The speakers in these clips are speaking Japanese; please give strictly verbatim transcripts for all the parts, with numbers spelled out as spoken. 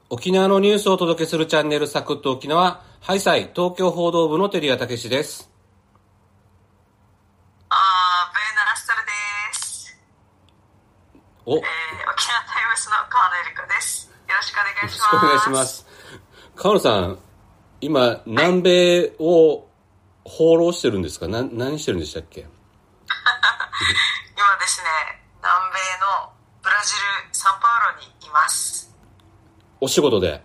沖縄のニュースをお届けするチャンネルサクッと沖縄、ハイサイ東京報道部のテリアたけしです。 あー、ベーナラスタルです。 お、えー、 沖縄タイムスの川野エリカです。よろしくお願いします。よろしくお願いします。川野さん、今南米を放浪してるんですか？な何してるんでしたっけ？ 今ですね、南米のブラジルサンパウロにいます。 お仕事で？はい、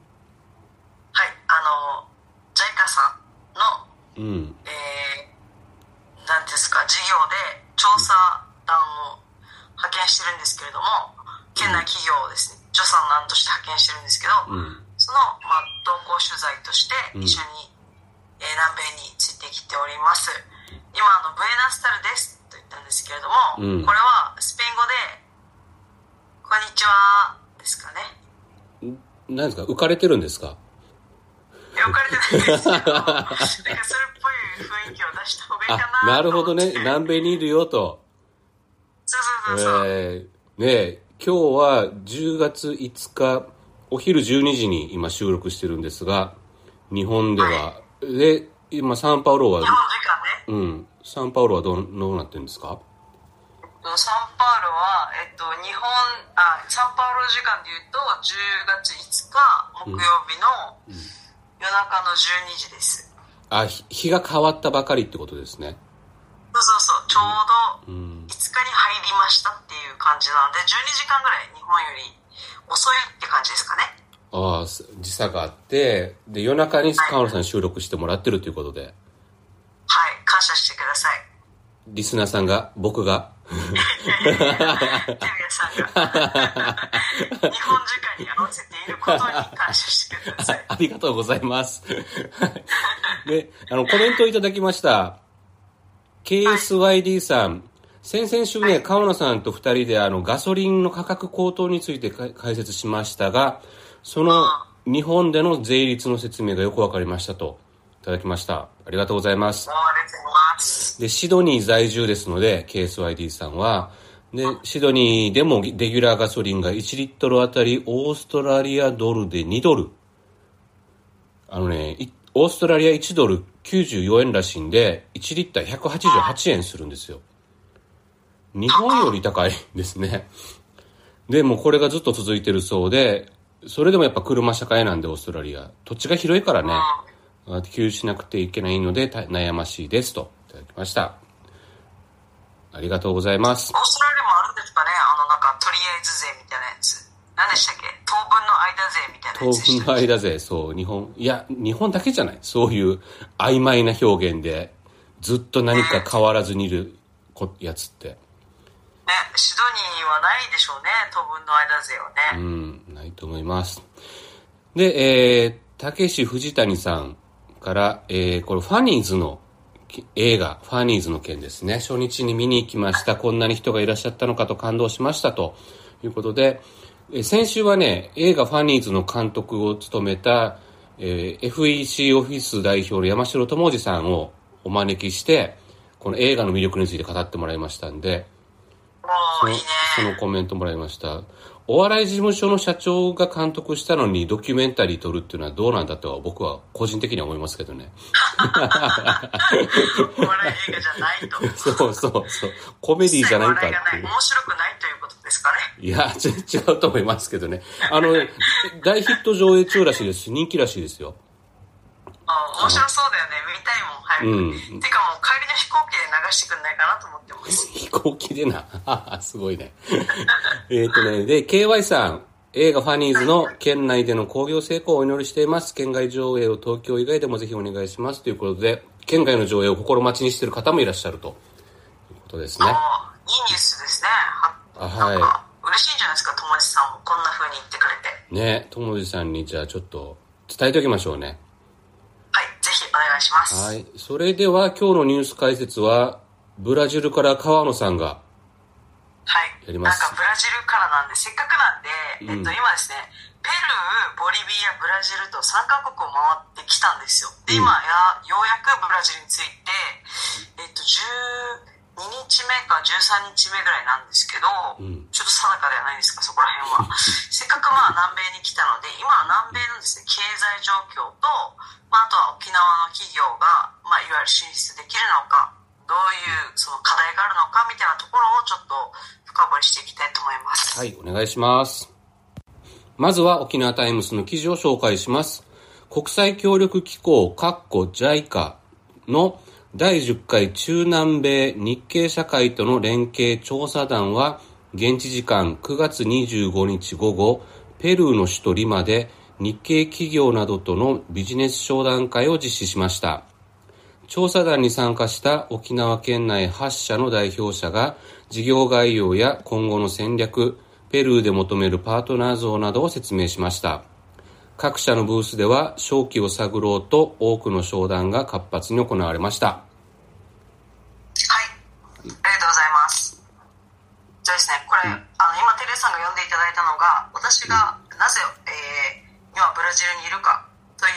あの ジャイカ さんの、 うん、 えー、なんですか、事業で調査団を派遣してるんですけれども、県内企業をですね、助産団として派遣してるんですけど、うん、その、まあ、同行取材として一緒に、うん、えー、南米についてきております。今あのブエナスタルですと言ったんですけれども、うん、これはスペイン語でこんにちはですかね。 何ですか？浮かれてるんですか？ いや、浮かれてないですよ。なんかそれっぽい雰囲気を出した方がいいかなと。 なるほどね。南米にいるよと。 そうそうそうそう。 えー、ねえ、今日はじゅうがついつかお昼じゅうにじに今収録してるんですが、日本では、はい、で今サンパウロは日本時間ね。 うん、サンパウロはどうどうなってるんですか？ サンパウロは、えっと、日本あサンパウロ時間でいうとじゅうがついつか木曜日の夜中のじゅうにじです。 うんうん、あ、日が変わったばかりってことですね。 そうそうそう、ちょうどいつかに入りましたっていう感じなので、じゅうにじかんぐらい日本より遅いって感じですかね。 ああ、時差があって、で夜中に川野さん収録してもらってるということで、はい、 はい、感謝してください。 リスナーさんが、僕がいやいやいや、テレビさんが日本時間に合わせていることに感謝してください。 ありがとうございます。で、あのコメントをいただきました。ケーエスワイディー さん、はい、先々週ね、はい、川野さんと二人であのガソリンの価格高騰について解説しましたが、その日本での税率の説明がよくわかりましたといただきました。ありがとうございます。 ありがとうございます。 で、シドニー在住ですので、ケーエスワイディー さんは、で、シドニーでもレギュラーガソリンがいちリットルあたりオーストラリアドルでにドル。あのね、オーストラリアいちドルきゅうじゅうよえんらしいんで、いちリッターひゃくはちじゅうはちえんするんですよ。日本より高いですね。で、もうこれがずっと続いてるそうで、それでもやっぱ車社会なんで、オーストラリア。土地が広いからね、給油しなくていけないので悩ましいですといただきました。ありがとうございます。 オーストラリアもあるんですかね、あのなんかとりあえず税みたいなやつ。何でしたっけ？当分の間税みたいなやつでしたっけ？ 当分の間税、そう、日本、いや、日本だけじゃない。そういう曖昧な表現で、ずっと何か変わらずにいるやつって。ね、 シドニーはないでしょうね、当分の間税はね。うん、ないと思います。で、えー、たけし藤谷さんから、えー、これファニーズの映画、ファニーズの件ですね。初日に見に行きました。こんなに人がいらっしゃったのかと感動しましたということで、え先週はね、映画ファニーズの監督を務めた、えー、エフイーシー オフィス代表の山城智二さんをお招きして、この映画の魅力について語ってもらいましたんで、 その、いいね、 そのコメントもらいました。お笑い事務所の社長が監督したのにドキュメンタリー撮るっていうのはどうなんだとは僕は個人的には思いますけどね。 お笑い映画じゃないと。 そうそうそう。コメディじゃないかっていう。 面白くないということですかね。 いや、違うと思いますけどね。あの、大ヒット上映中らしいですし、人気らしいですよ。 あ、面白そうだよね。見たいもん、早く。うん。てかもう帰りの飛行機で流してくんないかなと思ってます。 飛行機でな。すごいね。えっとね、で、ケーワイ さん、映画ファニーズの県内での興行成功をお祈りしています。県外上映を東京以外でもぜひお願いします。ということで、県外の上映を心待ちにしている方もいらっしゃるということですね。 あ、いいニュースですね。 は、はい。 嬉しいんじゃないですか、友達さんもこんな風に言ってくれて。 ね、友達さんにじゃあちょっと伝えておきましょうね。 はい、ぜひお願いします。 はい。それでは今日のニュース解説は、ブラジルから川野さんがやります。 はい。なんかブラジルからなんで、せっかくなんで、うん、えっと今ですね、ペルー、ボリビア、ブラジルとさんカ国を回ってきたんですよ。で、今や、ようやくブラジルについて、えっと、じゅうににちめかじゅうさんにちめぐらいなんですけど、うん、ちょっと定かではないんですか、そこら辺は。せっかくまあ南米に来たので、今の南米のですね、経済状況と、まあ、あとは沖縄の企業が、まあ、いわゆる進出できるのか、どういうその課題があるのかみたいなところをちょっと深掘りしていきたいと思います。 はい、お願いします。まずは沖縄タイムスの記事を紹介します。国際協力機構ジャイカのだいじゅっかい中南米日系社会との連携調査団は現地時間くがつにじゅうごにち午後、ペルーの首都リマで日系企業などとのビジネス商談会を実施しました。調査団に参加した沖縄県内はっしゃの代表者が事業概要や今後の戦略、ペルーで求めるパートナー像などを説明しました。各社のブースでは商機を探ろうと多くの商談が活発に行われました。はい、 ありがとうございます。じゃあですね、これ、うん、あの今テレーさんが読んでいただいたのが、私がなぜ、えー、今ブラジルにいるかという、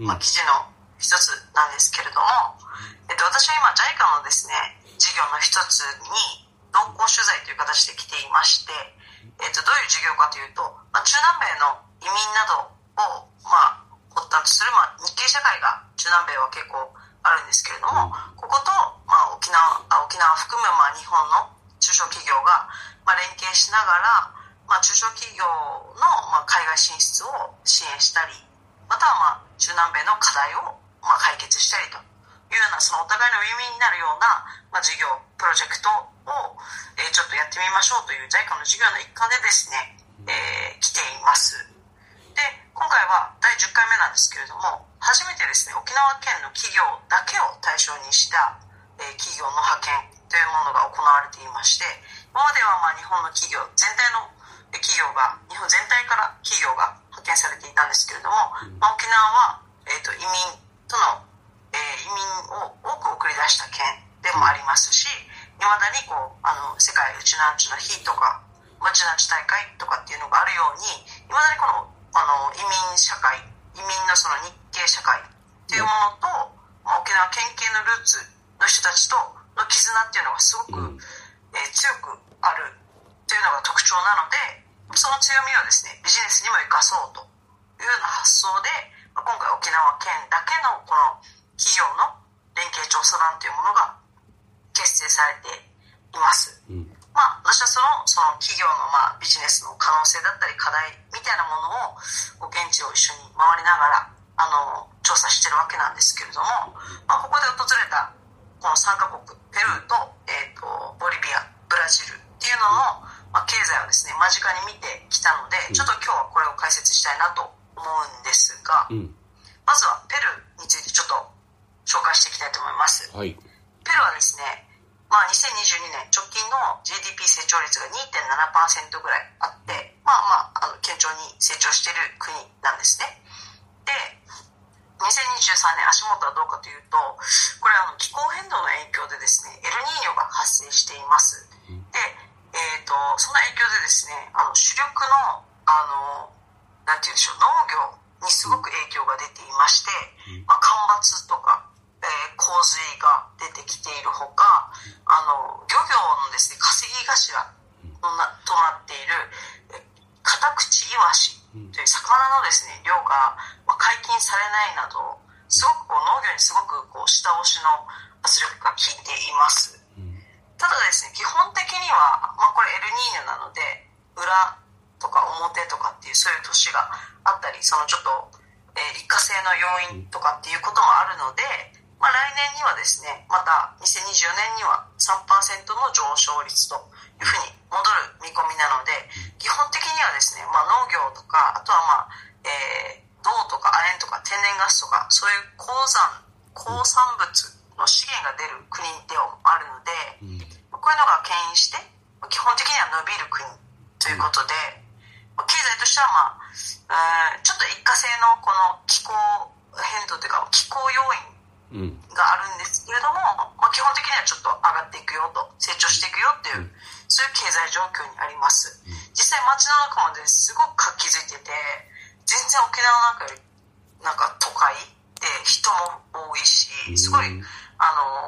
まあ、記事の一つなんですけれども、えっと、私は今 ジャイカ のですね、事業の一つに同行取材という形で来ていまして、えっと、どういう事業かというと、まあ、中南米の移民などを、まあ、発達する、まあ、日系社会が中南米は結構あるんですけれども、ここと、まあ、沖縄、あ沖縄含む、まあ、日本の中小企業が、まあ、連携しながら、まあ、中小企業の、まあ、海外進出を支援したり、または、まあ、中南米の課題を、まあ、解決したりというような、そのお互いのウィンウィンになるような、まあ、事業、プロジェクトを、えー、ちょっとやってみましょうという ジャイカ の事業の一環でですね、えー、来ています。で、今回はだいじゅっかいめなんですけれども、初めてですね、沖縄県の企業だけを対象にした、えー、企業の派遣というものが行われていまして、今まではまあ日本の企業全体の企業が、日本全体から企業が派遣されていたんですけれども、まあ、沖縄は、えー、と移民との、えー、移民を多く送り出した県でもありますし、いまだにこうあの世界うちなんちゅの日とか、うちなんち大会とかっていうのがあるように、いまだにこのあの移民社会、移民のその日系社会っていうものと、まあ、沖縄県系のルーツの人たちとの絆っていうのがすごく、うんえー、強くあるというのが特徴なので、その強みをですね、ビジネスにも生かそうというような発想で、まあ、今回沖縄県だけのこの企業の連携調査団というものが結成されています。うんまあ、私はその、その企業のまあビジネスの可能性だったり課題みたいなものをこう現地を一緒に回りながらあの調査してるわけなんですけれども、まあ、ここで訪れたこのさんカ国ペルーと、えー、とボリビア、ブラジルっていうのの、まあ、経済をですね間近に見てきたので、ちょっと今日はこれを解説したいなと思うんですが、うん、まずはペルーについてちょっと紹介していきたいと思います。はい、ペルーはですねまあ、にせんにじゅうにねん直近の ジーディーピー 成長率が にてんななパーセント ぐらいあって、まあまあ、あの堅調に成長している国なんですね。で、にせんにじゅうさんねん足元はどうかというと、これはあの気候変動の影響でですね、エルニーニョが発生しています。で、えーと、その影響でですね、あの主力の、あの、なんていうんでしょう、農業にすごく影響が出ていまして、まあ、干ばつとか、えー、洪水が出てきているほか、あの漁業のですね稼ぎ頭となっているカタクチイワシという魚のですね量が解禁されないなど、すごくこう農業にすごくこう下押しの圧力が効いています。ただですね、基本的には、まあ、これエルニーニョなので裏とか表とかっていうそういう年があったり、そのちょっと、えー、一過性の要因とかっていうこともあるので、まあ、来年にはですね、またにせんにじゅうねんには さんパーセント の上昇率というふうに戻る見込みなので、基本的にはですね、まあ、農業とか、あとはまあ、えー、銅とか亜鉛とか天然ガスとか、そういう鉱山、鉱産物の資源が出る国ではあるので、こういうのが牽引して、基本的には伸びる国ということで、経済としてはまあ、うん、ちょっと一過性のこの気候変動というか、気候要因があるんですけれども、まあ、基本的にはちょっと上がっていくよと、成長していくよっていう、そういう経済状況にあります。実際街の中まですごく活気づいてて、全然沖縄なんかよりなんか都会で人も多いし、すごいあの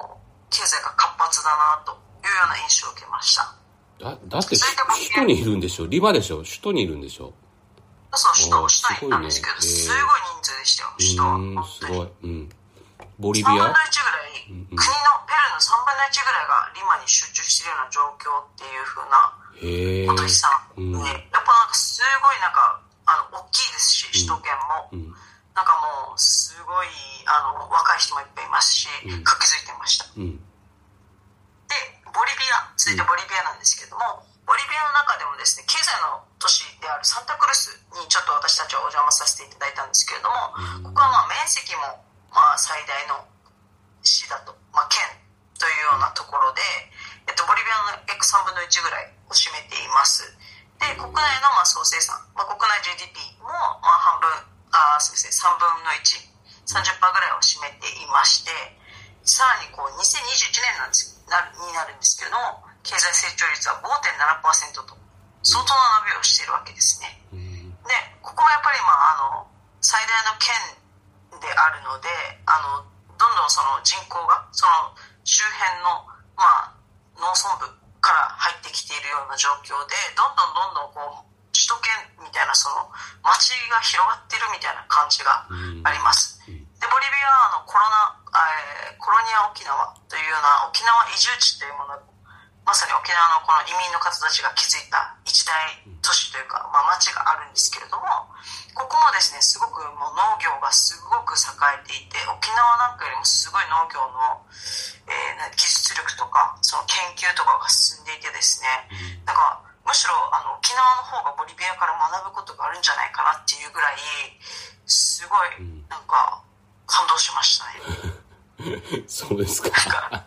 経済が活発だなというような印象を受けました。 だ, だって首都にいるんでしょ、リマでしょ、首都にいるんでしょ。 そう首都首都にいたんですけど、すごい人数でしたよ、首都は。 うんすごい、うん、ボリビアさんぶんのいちぐらい、うんうん、国のペルーのさんぶんのいちぐらいがリマに集中しているような状況っていう風なことでした、うん、ね、やっぱなんかすごいなんかあの大きいですし、首都圏も、うん、なんかもうすごいあの若い人もいっぱいいますし、うん、活気づいてました、うん、でボリビア、続いてボリビアなんですけども、ボリビアの中でもですね、経済の都市であるサンタクルスにちょっと私たちはお邪魔させていただいたんですけれども、うん、ここはまあ面積もまあ最大の市だと、まあ、県というようなところで、えっと、ボリビアの約さんぶんのいちぐらいを占めています。で、国内のまあ総生産、まあ、国内 ジーディーピー もまあ半分、あすみません、さんぶんのいち、さんじゅっパーセント ぐらいを占めていまして、さらにこうにせんにじゅういちねんなんですなるになるんですけれども、経済成長率は ごてんななパーセント と相当な伸びをしているわけですね。で、ここはやっぱりまああの最大の県であるので、あのどんどんその人口がその周辺のまあ農村部から入ってきているような状況で、どんどんどんどんこう首都圏みたいなその街が広がってるみたいな感じがあります。で、ボリビアはあのコロナ、えー、コロニア沖縄というような沖縄移住地というもの、まさに沖縄のこの移民の方たちが築いた一大都市というか、まあ、町があるんですけれども、ここもですね、すごくもう農業がすごく栄えていて、沖縄なんかよりもすごい農業の、えー、技術力とかその研究とかが進んでいてですね、なんかむしろあの沖縄の方がボリビアから学ぶことがあるんじゃないかなっていうぐらい、すごいなんか感動しましたね。 そうですか。 はい。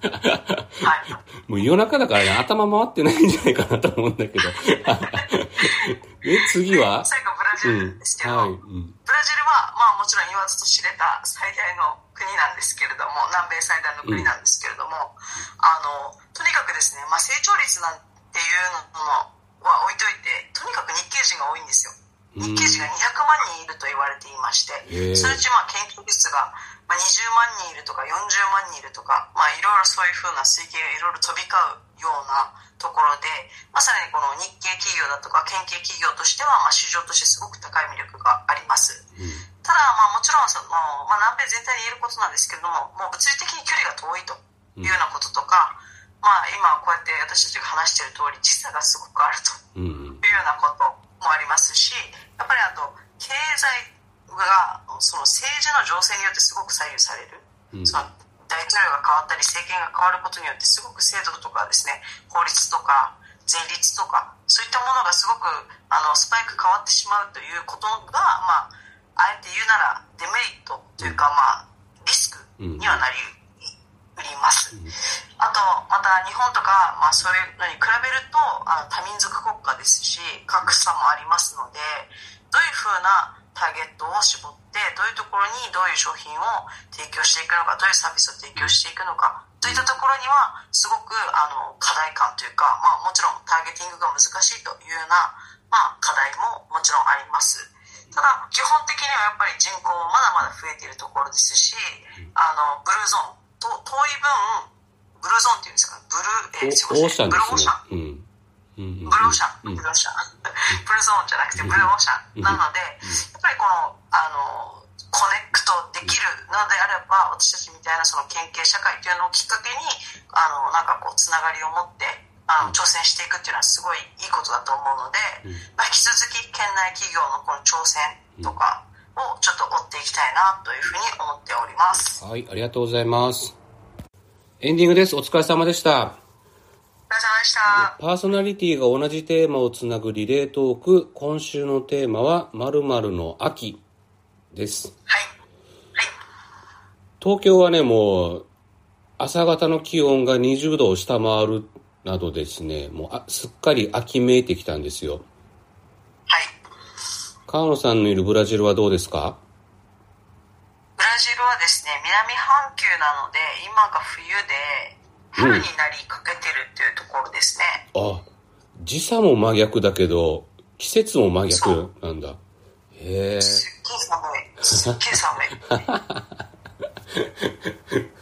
もう夜中だからね、頭回ってないんじゃないかなと思うんだけど。え、次は最後ブラジルですけど、うんはいうん、ブラジルは、まあもちろん言わずと知れた最大の国なんですけれども、南米最大の国なんですけれども、うん、あの、とにかくですね、まあ成長率なんていうのは置いといて、とにかく日系人が多いんですよ。日系人がにひゃくまんにんいると言われていまして、そのうちまあ研究室がにじゅうまんにんいるとかよんじゅうまんにんいるとか、まあいろいろそういうふうな推計がいろいろ飛び交うようなところで、まさにこの日系企業だとか県系企業としては、まあ市場としてすごく高い魅力があります。うん、ただまあもちろんその、まあ、南米全体で言えることなんですけれども、もう物理的に距離が遠いというようなこととか、うん、まあ今こうやって私たちが話している通り時差がすごくあるというようなこともありますし、やっぱりあと経済がその政治の情勢によってすごく左右される、うん、その大統領が変わったり政権が変わることによってすごく制度とかですね、法律とか税率とかそういったものがすごくあのスパイク変わってしまうということが、まあ、あえて言うならデメリットというか、まあ、リスクにはなりうります、うん、あとまた日本とか、まあ、そういうのに比べるとあの多民族国家ですし格差もありますので、どういうふうなターゲットを絞ってどういうところにどういう商品を提供していくのか、どういうサービスを提供していくのかといったところにはすごくあの課題感というか、まあ、もちろんターゲティングが難しいというような、まあ、課題ももちろんあります。ただ基本的にはやっぱり人口まだまだ増えているところですし、あのブルーゾーンと遠い分ブルーゾーンっていうんですか、ブルー、えー、すいません、ブルーオーシャン、うんうんうん、ブルーオーシャン、ブルーオーシャン、ブルーゾーンじゃなくてブルーオーシャンなので、やっぱりこのあのコネクトできるのであれば、私たちみたいなその県警社会というのをきっかけにあのなんかこうつながりを持ってあの挑戦していくっていうのはすごいいいことだと思うので、まあ、引き続き県内企業のこの挑戦とかをちょっと追っていきたいなというふうに思っております。 はい、ありがとうございます。エンディングです。お疲れ様でした。 お疲れ様でした。 パーソナリティが同じテーマをつなぐリレートーク。今週のテーマは〇〇の秋です。 はい。はい。 東京はね、もう朝方の気温がにじゅうどを下回るなどですね、もうあすっかり秋めいてきたんですよ。 はい。 川野さんのいるブラジルはどうですか？ ブラジルはですね、南半球なので今が冬で春になりかけてるっていうところですね。 うん、あ、時差も真逆だけど季節も真逆なんだ。へえ。すっげえ寒い。すっげえ寒い。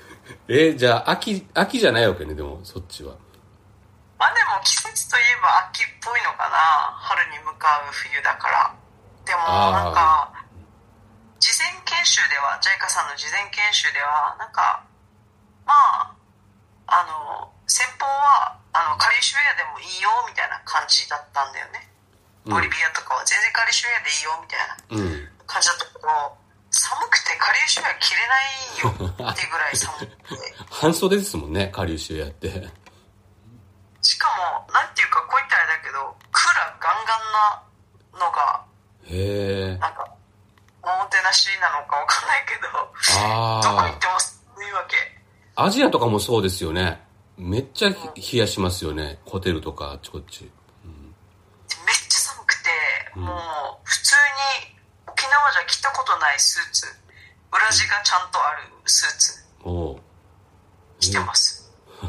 えー、じゃあ秋秋じゃないわけね。でもそっちは。 まあでも季節といえば秋っぽいのかな。春に向かう冬だから。でもなんか事前研修ではジャイカさんの事前研修ではなんかまああの先方はあのカリシュエアでもいいよみたいな感じだったんだよね。ボリビアとかは全然カリシュエアでいいよみたいな感じだったけど、寒くてカリウシウエア着れないよってぐらい寒くて半袖ですもんね、カリウシウエアって。 しかもなんていうかこういったあれだけどクーラーガンガンなのがへえなんかおもてなしなのかわかんないけどあどこ行っても寒いわけ。 アジアとかもそうですよね。めっちゃ冷やしますよね、ホテルとかあっちこっち、うん、 めっちゃ寒くて、うん、もう普通に沖縄じゃ着たことないスーツ、裏地がちゃんとあるスーツ着てます。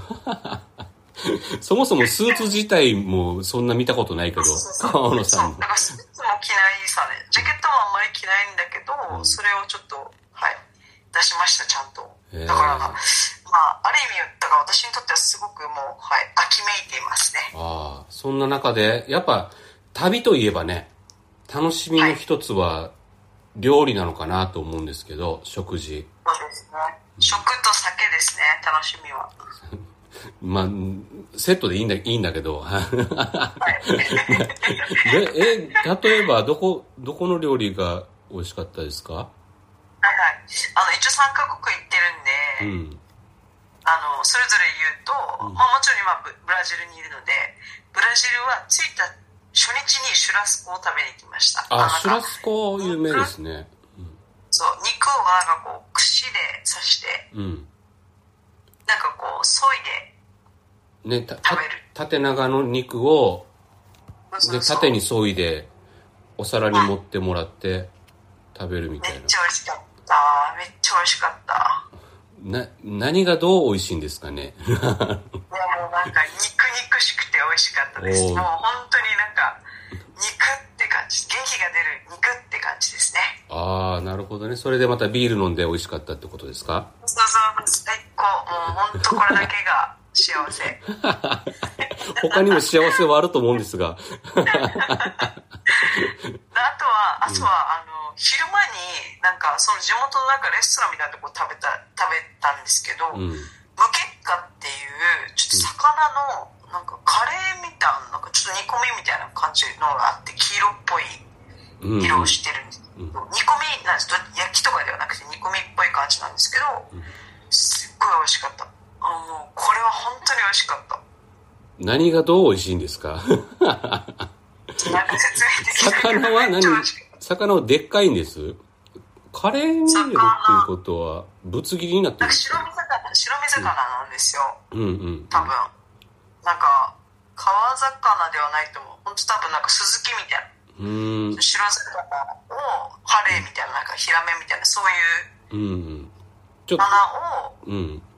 そもそもスーツ自体もそんな見たことないけど、川野さんも。 だからスーツも着ないさね。ジャケットもあんまり着ないんだけど、うん、それをちょっとはい出しましたちゃんと。だからまあある意味だから私にとってはすごくもうはい秋めいていますね。ああ、そんな中でやっぱ旅といえばね、楽しみの一つは料理なのかなと思うんですけど、食事。 そうですね。食と酒ですね、楽しみは。 まあセットでいいんだいいんだけど。でえ例えばどこどこの料理が美味しかったですか？ はいはい。あの一応さんカ国行ってるんで、うん、あのそれぞれ言うと、うん、まあもちろん今ブラジルにいるので、ブラジルは着いた初日にシュラスコを食べに行きました。 あ、シュラスコ有名ですね。 うん、そう、肉をなんかこう串で刺して、うん、なんかこう削いで食べる。 ね、縦長の肉をで縦に削いでお皿に盛ってもらって食べるみたいな。 めっちゃ美味しかった。めっちゃ美味しかった。 な何がどう美味しいんですかね。 いやもうなんか肉肉しくて美味しかったです。もう本当になんか肉って感じ、元気が出る肉って感じですね。 ああ、なるほどね。それでまたビール飲んで美味しかったってことですか？ そうそう、最高。もう本当これだけが幸せ。 他にも幸せはあると思うんですが。あとはあとは、うん、あの昼間になんかその地元のなんかレストランみたいなとこ食べた食べたんですけど、うん、ムケッカっていうちょっと魚の、うんなんかカレーみたいな、なんかちょっと煮込みみたいな感じのがあって黄色っぽい色をしてるんです、うんうん、煮込みなんです。焼きとかではなくて煮込みっぽい感じなんですけど、うん、すっごい美味しかった。あのこれは本当に美味しかった。 何がどう美味しいんですか？ なんか説明できない。 魚は何？魚はでっかいんです。カレーに入れるっていうことはぶつ切りになってるんですか？ 白身魚、白身魚なんですよ、うんうんうん、多分なんか川魚ではないと思う。本当多分なんかスズキみたいな、うん白魚をハレーみたいな、なんかヒラメみたいなそういう魚を、うん、野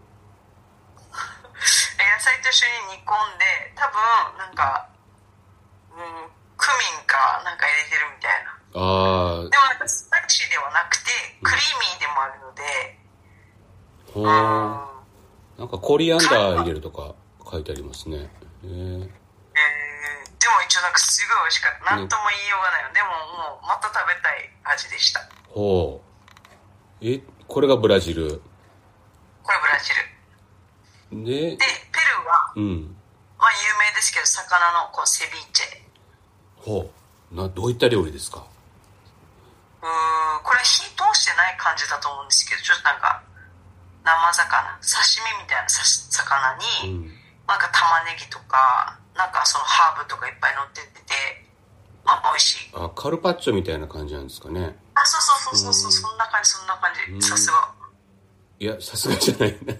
菜と一緒に煮込んで多分なんか、うん、クミンかなんか入れてるみたいな。あでもなんかスパイシーではなくてクリーミーでもあるので、 うん、なんかコリアンダー入れるとか書いてありますね。へえー、でも一応なんかすごい美味しかった。なんとも言いようがないよ、ね、でももうまた食べたい味でした。 ほう。え、これがブラジル。 これブラジルで、でペルーは、うん、まあ有名ですけど魚のこうセビーチェ。 ほう。などういった料理ですか？ うーんこれ火通してない感じだと思うんですけど、ちょっとなんか生魚刺身みたいな魚に、うんなんか玉ねぎとかなんかそのハーブとかいっぱい乗っててあ美味しい。 あカルパッチョみたいな感じなんですかね。 あそうそうそうそう、うん、そんな感じそんな感じ。さすが。 いやさすがじゃないね。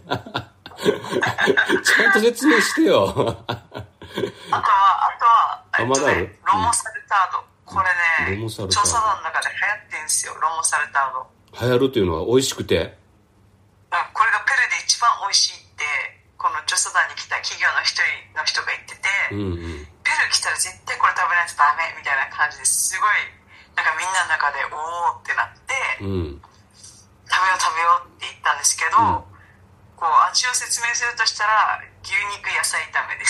ちゃんと説明してよ。あとはあとは、えっとね、ロモサルタード、これね調査団の中で流行ってるんですよ。ロモサルタード流行るっていうのは美味しくて、 うん、これがペルーで一番美味しいってこの調査団に来た企業の一人の人が言ってて、うんうん、ペルー来たら絶対これ食べないとダメみたいな感じですごいなんかみんなの中でおーってなって、うん、食べよう食べようって言ったんですけど、うん、こう味するとしたら牛肉野菜炒め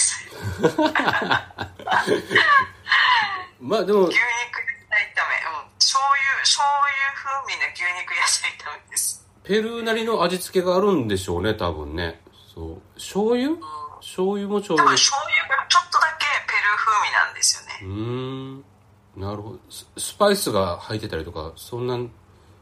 です。 まあでも牛肉野菜炒め、うん、醤油醤油風味の牛肉野菜炒めです。 ペルーなりの味付けがあるんでしょうね、多分ね。そう醤油、うん、醤油もちょうど多分醤油がちょっとだけペルー風味なんですよね。 うーん、なるほど。スパイスが入ってたりとかそんな、うん、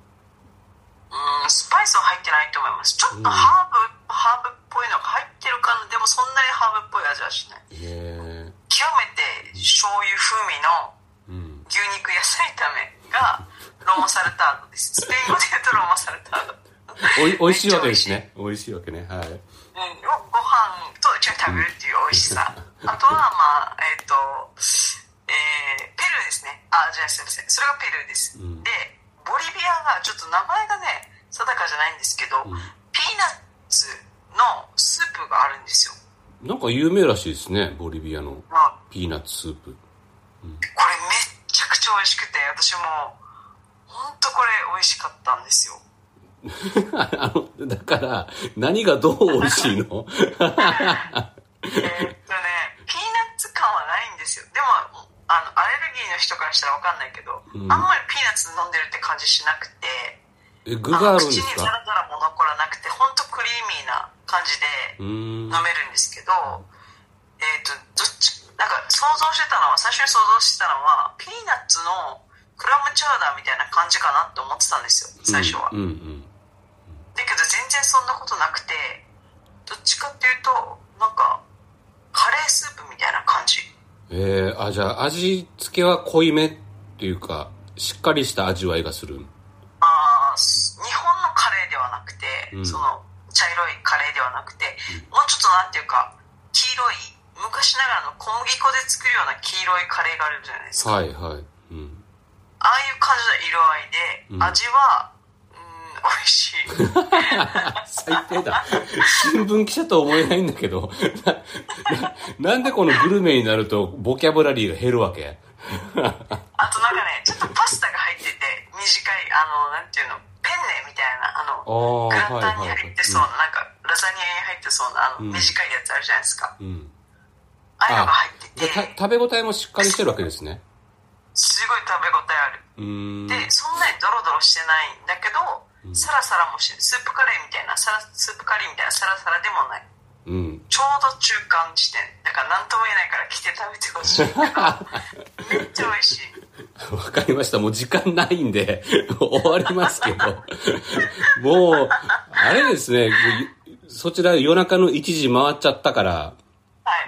スパイスは入ってないと思います。ちょっとハーブ、うん、ハーブっぽいのが入ってるかな。でもそんなにハーブっぽい味はしない。 へー、 極めて醤油風味の牛肉野菜炒めがロモサルタードです。スペイン語で言うとロモサルタード。 おい、おいしいわけですね。おいしいわけね。はい。うん、 ご飯と一緒に食べるっていう美味しさ。うん、あとはまあえっ、ー、と、えー、ペルーですね。あ、じゃあすいません。それがペルーです。うん、で、ボリビアがちょっと名前がね定かじゃないんですけど、うん、ピーナッツのスープがあるんですよ。 なんか有名らしいですね、ボリビアのピーナッツスープ。 うん、これめっちゃくちゃ美味しくて、私も本当これ美味しかったんですよ。 あのだから何がどう美味しいの？えっとね、 ピーナッツ感はないんですよ。でもあのアレルギーの人からしたら分かんないけど、うん、あんまりピーナッツ飲んでるって感じしなくて、 え、具があるんですか？ 口にザラザラも残らなくて、本当クリーミーな感じで飲めるんですけど、えっとどっちなんか想像してたのは最初に想像してたのはピーナッツのクラムチャウダーみたいな感じかなって思ってたんですよ、最初は。うんうんうん、だけど全然そんなことなくて、どっちかっていうとなんかカレースープみたいな感じ。 えー、あ、じゃあ味付けは濃いめっていうかしっかりした味わいがする。 あ、日本のカレーではなくて、うん、その茶色いカレーではなくて、うん、もうちょっとなんていうか黄色い昔ながらの小麦粉で作るような黄色いカレーがあるじゃないですか。 はいはい、うん、 ああいう感じの色合いで、うん、味は美味しい。 最低だ。新聞記者と思えないんだけどな, な, なんでこのグルメになるとボキャブラリーが減るわけ？ あとなんかね、ちょっとパスタが入ってて短い、あのなんていうの、ペンネみたいな、あのグラタンに入ってそうな、はいはいはい、なんかラザニアに入ってそうなあの、うん、短いやつあるじゃないですか、うん、ああいうのが入ってて、 食べ応えもしっかりしてるわけですね。 すごい食べ応えある。うーん、でそんなにドロドロしてないんだけど、うん、サラサラもしてスープカレーみたいなサラスープカレーみたいなサラサラでもない、うん、ちょうど中間地点だから何とも言えないから来て食べてほしいけどめっちゃ美味しい。 わかりました。もう時間ないんで終わりますけどもうあれですね、そちら夜中のいちじ回っちゃったから、はい、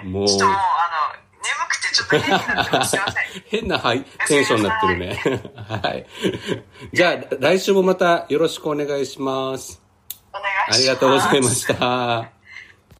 もうちょっともうあの眠くてちょっと変になってます。すいません。変な、はい、テンションになってるね。はい。じゃあ来週もまたよろしくお願いします。 お願いします。 ありがとうございました。